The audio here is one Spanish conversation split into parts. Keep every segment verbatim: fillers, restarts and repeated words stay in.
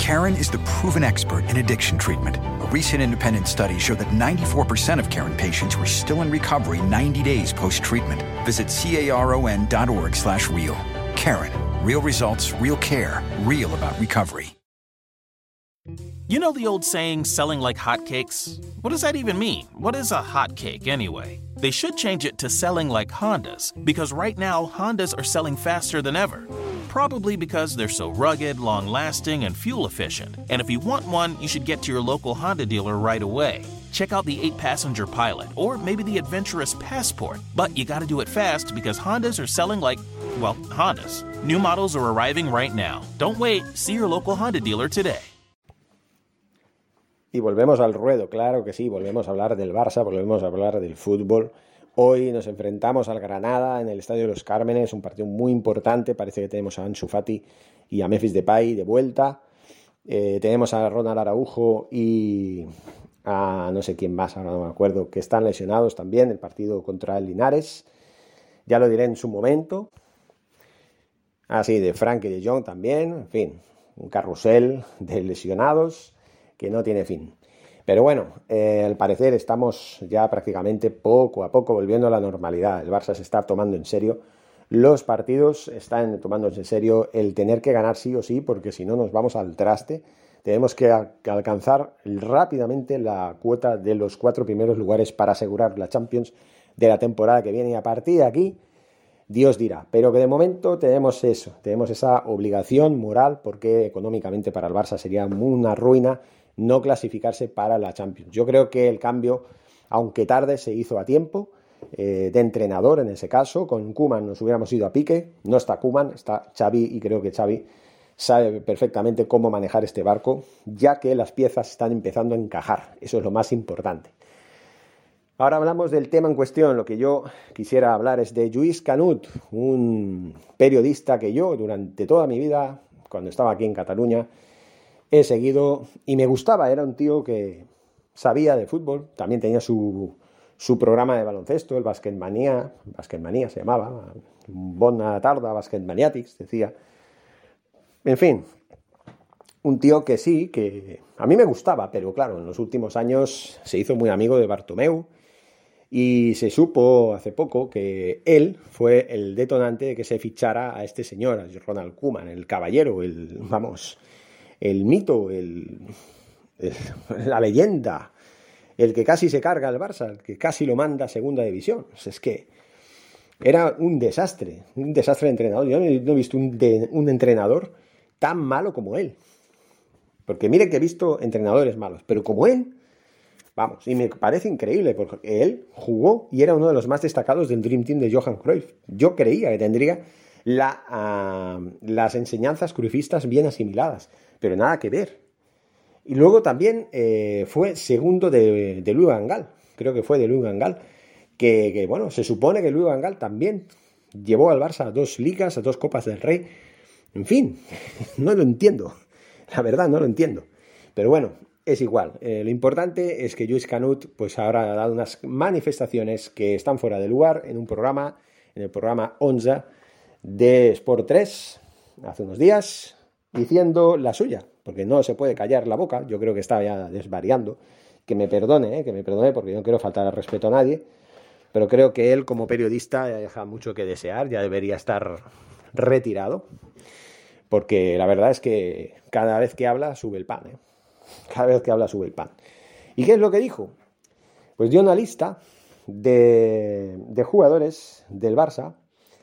Karen is the proven expert in addiction treatment. A recent independent study showed that ninety-four percent of Karen patients were still in recovery ninety days post-treatment. Visit caron.org slash real. Karen, real results, real care, real about recovery. You know the old saying, selling like hotcakes? What does that even mean? What is a hotcake anyway? They should change it to selling like Hondas, because right now Hondas are selling faster than ever. Probably because they're so rugged, long-lasting, and fuel-efficient. And if you want one, you should get to your local Honda dealer right away. Check out the eight-passenger Pilot, or maybe the adventurous Passport. But you gotta do it fast because Hondas are selling like, well, Hondas. New models are arriving right now. Don't wait. See your local Honda dealer today. Y volvemos al ruedo, claro que sí, volvemos a hablar del Barça, volvemos a hablar del fútbol. Hoy nos enfrentamos al Granada en el Estadio de los Cármenes, un partido muy importante. Parece que tenemos a Ansu Fati y a Memphis Depay de vuelta. Eh, tenemos a Ronald Araujo y a no sé quién más, ahora no me acuerdo, que están lesionados también. El partido contra el Linares, ya lo diré en su momento. Ah, sí, de Frank y de Jong también, en fin, un carrusel de lesionados que no tiene fin. Pero bueno, eh, al parecer estamos ya prácticamente poco a poco volviendo a la normalidad. El Barça se está tomando en serio los partidos, están tomándose en serio el tener que ganar sí o sí, porque si no nos vamos al traste. Tenemos que, a, que alcanzar rápidamente la cuota de los cuatro primeros lugares para asegurar la Champions de la temporada que viene, y a partir de aquí Dios dirá, pero que de momento tenemos eso, tenemos esa obligación moral, porque económicamente para el Barça sería una ruina no clasificarse para la Champions. Yo creo que el cambio, aunque tarde, se hizo a tiempo, eh, de entrenador en ese caso. Con Koeman nos hubiéramos ido a pique, no está Koeman, está Xavi, y creo que Xavi sabe perfectamente cómo manejar este barco, ya que las piezas están empezando a encajar, eso es lo más importante. Ahora hablamos del tema en cuestión. Lo que yo quisiera hablar es de Lluís Canut, un periodista que yo durante toda mi vida, cuando estaba aquí en Cataluña, he seguido y me gustaba. Era un tío que sabía de fútbol, también tenía su, su programa de baloncesto, el Basketmania, Basketmania se llamaba, Bona Tarda, Basketmaniatics, decía. En fin, un tío que sí, que a mí me gustaba, pero claro, en los últimos años se hizo muy amigo de Bartomeu, y se supo hace poco que él fue el detonante de que se fichara a este señor, a Ronald Koeman, el caballero, el, vamos, el mito, el, el, la leyenda, el que casi se carga al Barça, el que casi lo manda a segunda división. Pues es que era un desastre, un desastre de entrenador. Yo no he visto un, de, un entrenador tan malo como él. Porque miren que he visto entrenadores malos, pero como él, vamos, y me parece increíble, porque él jugó y era uno de los más destacados del Dream Team de Johan Cruyff. Yo creía que tendría la, uh, las enseñanzas cruyffistas bien asimiladas, pero nada que ver. Y luego también eh, fue segundo de, de Louis van Gaal, creo que fue de Louis van Gaal, que, que bueno, se supone que Louis van Gaal también llevó al Barça a dos ligas, a dos Copas del Rey. En fin, no lo entiendo, la verdad no lo entiendo. Pero bueno, es igual. Eh, lo importante es que Lluís Canut pues ahora ha dado unas manifestaciones que están fuera de lugar en un programa, en el programa once de Sport tres, hace unos días, diciendo la suya, porque no se puede callar la boca. Yo creo que estaba ya desvariando. Que me perdone, eh, que me perdone, porque no quiero faltar al respeto a nadie, pero creo que él como periodista deja mucho que desear, ya debería estar retirado, porque la verdad es que cada vez que habla sube el pan, ¿eh? Cada vez que habla sube el pan. ¿Y qué es lo que dijo? Pues dio una lista de, de jugadores del Barça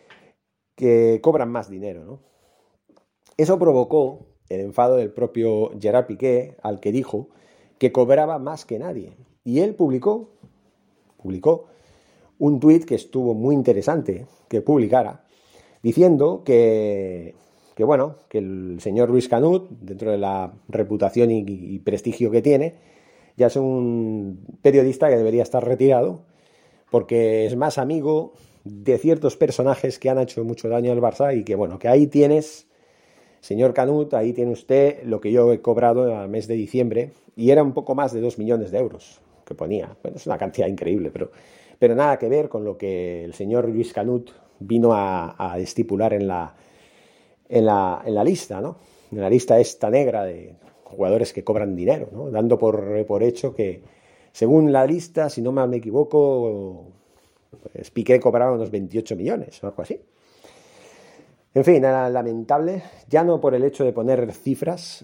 que cobran más dinero, ¿no? Eso provocó el enfado del propio Gerard Piqué, al que dijo que cobraba más que nadie. Y él publicó, publicó un tuit que estuvo muy interesante que publicara, diciendo que, que, bueno, que el señor Lluís Canut, dentro de la reputación y, y prestigio que tiene, ya es un periodista que debería estar retirado, porque es más amigo de ciertos personajes que han hecho mucho daño al Barça, y que, bueno, que ahí tienes, señor Canut, ahí tiene usted lo que yo he cobrado al mes de diciembre, y era un poco más de dos millones de euros que ponía. Bueno, es una cantidad increíble, pero, pero nada que ver con lo que el señor Lluís Canut vino a, a estipular en la, en, la, en la lista, ¿no? En la lista esta negra de jugadores que cobran dinero, ¿no? Dando por, por hecho que, según la lista, si no me equivoco, pues Piqué cobraba unos veintiocho millones o algo así. En fin, era lamentable, ya no por el hecho de poner cifras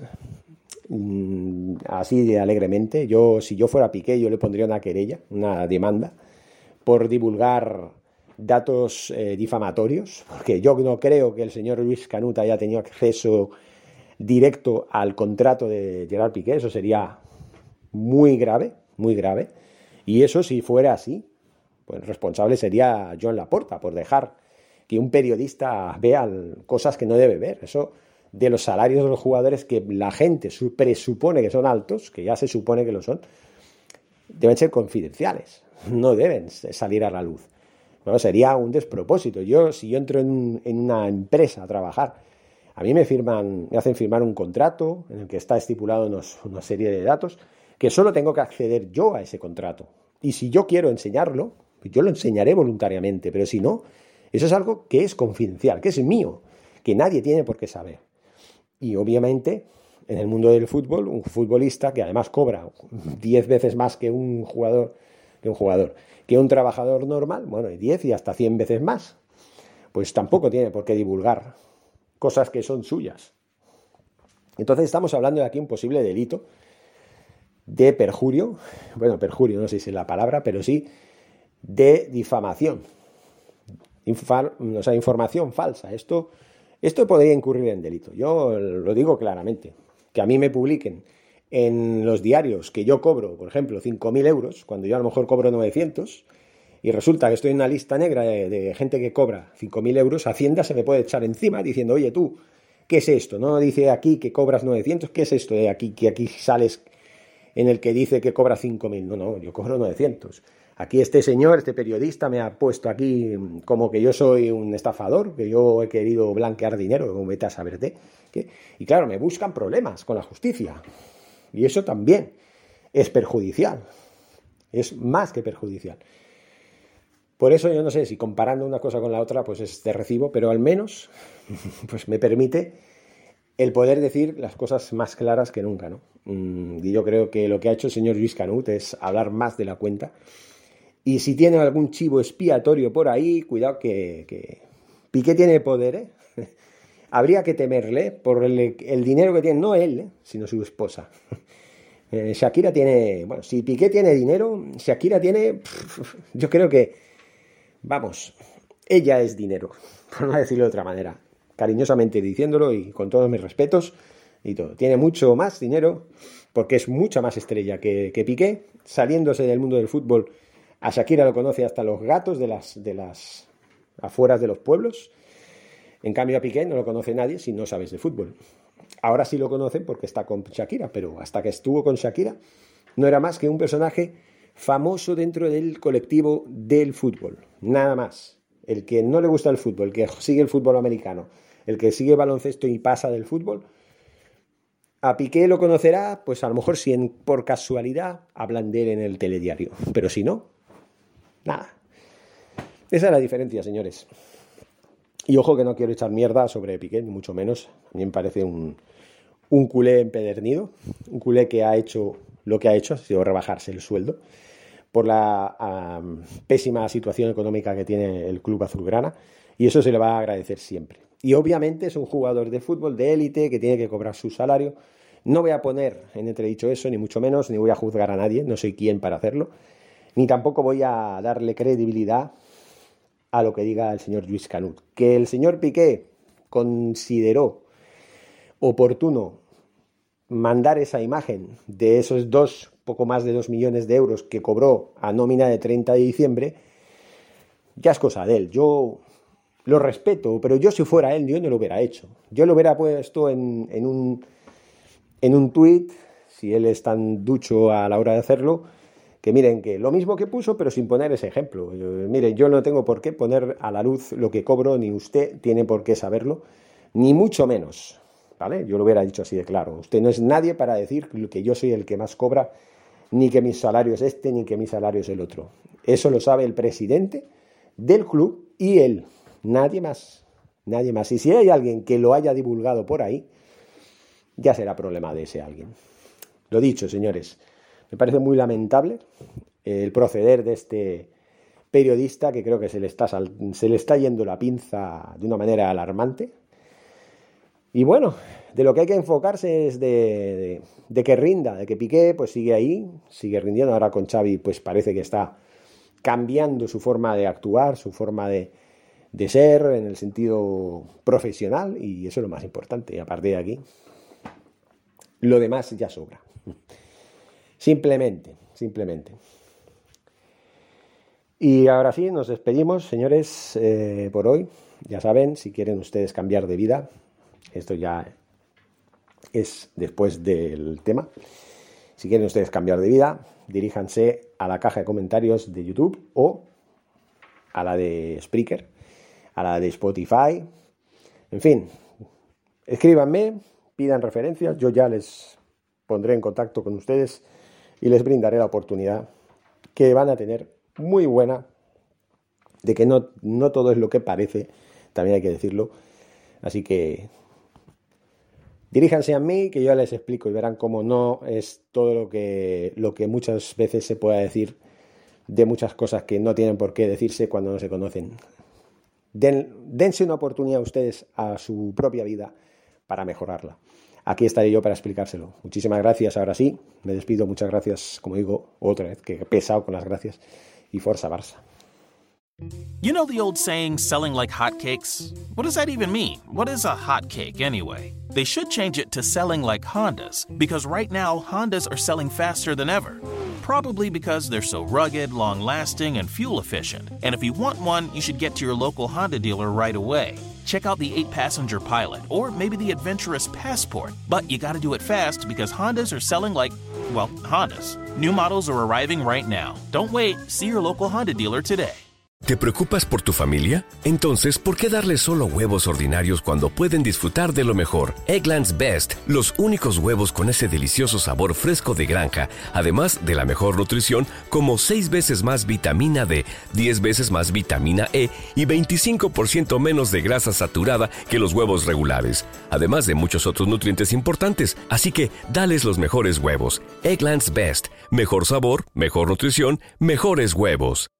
mmm, así de alegremente. Yo, si yo fuera Piqué, yo le pondría una querella, una demanda, por divulgar datos eh, difamatorios, porque yo no creo que el señor Luis Canut haya tenido acceso directo al contrato de Gerard Piqué. Eso sería muy grave, muy grave, y eso, si fuera así, pues el responsable sería Joan Laporta, por dejar que un periodista vea cosas que no debe ver. Eso de los salarios de los jugadores, que la gente presupone que son altos, que ya se supone que lo son, deben ser confidenciales, no deben salir a la luz. Bueno, sería un despropósito. Yo, si yo entro en, en una empresa a trabajar, a mí me firman, me hacen firmar un contrato en el que está estipulado unos, una serie de datos, que solo tengo que acceder yo a ese contrato. Y si yo quiero enseñarlo, yo lo enseñaré voluntariamente, pero si no, eso es algo que es confidencial, que es mío, que nadie tiene por qué saber. Y obviamente, en el mundo del fútbol, un futbolista que además cobra diez veces más que un jugador, que un jugador, que un trabajador normal, bueno, diez y hasta cien veces más, pues tampoco tiene por qué divulgar cosas que son suyas. Entonces estamos hablando de aquí un posible delito de perjurio, bueno, perjurio no sé si es la palabra, pero sí de difamación, Infar, o sea, información falsa. Esto, esto podría incurrir en delito. Yo lo digo claramente, que a mí me publiquen en los diarios que yo cobro, por ejemplo, cinco mil euros, cuando yo a lo mejor cobro novecientos, y resulta que estoy en una lista negra de, de gente que cobra cinco mil euros, Hacienda se me puede echar encima diciendo, oye tú, ¿qué es esto? No dice aquí que cobras novecientos, ¿qué es esto de aquí, que aquí sales en el que dice que cobra cinco mil? No, no, yo cobro novecientos. Aquí este señor, este periodista, me ha puesto aquí como que yo soy un estafador, que yo he querido blanquear dinero, como vete a saber de qué. Y claro, me buscan problemas con la justicia. Y eso también es perjudicial. Es más que perjudicial. Por eso yo no sé si comparando una cosa con la otra, pues es de recibo, pero al menos pues me permite el poder decir las cosas más claras que nunca, ¿no? Y yo creo que lo que ha hecho el señor Luis Canut es hablar más de la cuenta. Y si tiene algún chivo expiatorio por ahí, cuidado que, que Piqué tiene poder, ¿eh? Habría que temerle por el, el dinero que tiene, no él, ¿eh? Sino su esposa. Eh, Shakira tiene, bueno, si Piqué tiene dinero, Shakira tiene, pff, yo creo que, vamos, ella es dinero, por no decirlo de otra manera, cariñosamente diciéndolo y con todos mis respetos y todo. Tiene mucho más dinero porque es mucha más estrella que, que Piqué, saliéndose del mundo del fútbol. A Shakira lo conoce hasta los gatos de las, de las afueras de los pueblos. En cambio a Piqué no lo conoce nadie si no sabes de fútbol. Ahora sí lo conocen porque está con Shakira, pero hasta que estuvo con Shakira no era más que un personaje famoso dentro del colectivo del fútbol. Nada más. El que no le gusta el fútbol, el que sigue el fútbol americano, el que sigue baloncesto y pasa del fútbol, a Piqué lo conocerá, pues a lo mejor si en, por casualidad hablan de él en el telediario. Pero si no, nada. Esa es la diferencia, señores. Y ojo que no quiero echar mierda sobre Piqué, ni mucho menos. A mí me parece un, un culé empedernido, un culé que ha hecho lo que ha hecho, ha sido rebajarse el sueldo por la um, pésima situación económica que tiene el club azulgrana, y eso se le va a agradecer siempre. Y obviamente es un jugador de fútbol de élite que tiene que cobrar su salario. No voy a poner en entredicho eso, ni mucho menos, ni voy a juzgar a nadie, no soy quien para hacerlo, ni tampoco voy a darle credibilidad a lo que diga el señor Luis Canut. Que el señor Piqué consideró oportuno mandar esa imagen de esos dos, poco más de dos millones de euros que cobró a nómina de treinta de diciembre, ya es cosa de él. Yo lo respeto, pero yo si fuera él, yo no lo hubiera hecho. Yo lo hubiera puesto en, en un en un tuit, si él es tan ducho a la hora de hacerlo, que miren, que lo mismo que puso, pero sin poner ese ejemplo. Yo, miren, yo no tengo por qué poner a la luz lo que cobro, ni usted tiene por qué saberlo, ni mucho menos, ¿vale? Yo lo hubiera dicho así de claro. Usted no es nadie para decir que yo soy el que más cobra, ni que mi salario es este, ni que mi salario es el otro. Eso lo sabe el presidente del club y él. Nadie más, nadie más. Y si hay alguien que lo haya divulgado por ahí, ya será problema de ese alguien. Lo dicho, señores, me parece muy lamentable el proceder de este periodista, que creo que se le está, sal- se le está yendo la pinza de una manera alarmante. Y bueno, de lo que hay que enfocarse es de, de, de que rinda, de que Piqué pues sigue ahí, sigue rindiendo. Ahora con Xavi pues parece que está cambiando su forma de actuar, su forma de, de ser en el sentido profesional, y eso es lo más importante. Y a partir de aquí, lo demás ya sobra. Simplemente, simplemente. Y ahora sí, nos despedimos, señores, eh, por hoy. Ya saben, si quieren ustedes cambiar de vida, esto ya es después del tema. Si quieren ustedes cambiar de vida, diríjanse a la caja de comentarios de YouTube o a la de Spreaker, a la de Spotify. En fin, escríbanme, pidan referencias, yo ya les pondré en contacto con ustedes y les brindaré la oportunidad que van a tener muy buena, de que no, no todo es lo que parece, también hay que decirlo. Así que diríjanse a mí, que yo les explico y verán cómo no es todo lo que, lo que muchas veces se pueda decir de muchas cosas que no tienen por qué decirse cuando no se conocen. Den, dense una oportunidad a ustedes a su propia vida para mejorarla. Aquí estaré yo para explicárselo. Muchísimas gracias, ahora sí, me despido, muchas gracias, como digo, otra vez, que he pesado con las gracias, y Forza Barça. You know the old saying, selling like hotcakes? What does that even mean? What is a hotcake anyway? They should change it to selling like Hondas, because right now Hondas are selling faster than ever. Probably because they're so rugged, long-lasting, and fuel-efficient. And if you want one, you should get to your local Honda dealer right away. Check out the eight passenger Pilot, or maybe the adventurous Passport. But you gotta do it fast, because Hondas are selling like, well, Hondas. New models are arriving right now. Don't wait. See your local Honda dealer today. ¿Te preocupas por tu familia? Entonces, ¿por qué darles solo huevos ordinarios cuando pueden disfrutar de lo mejor? Eggland's Best, los únicos huevos con ese delicioso sabor fresco de granja, además de la mejor nutrición, como seis veces más vitamina D, diez veces más vitamina E y veinticinco por ciento menos de grasa saturada que los huevos regulares, además de muchos otros nutrientes importantes. Así que, dales los mejores huevos. Eggland's Best, mejor sabor, mejor nutrición, mejores huevos.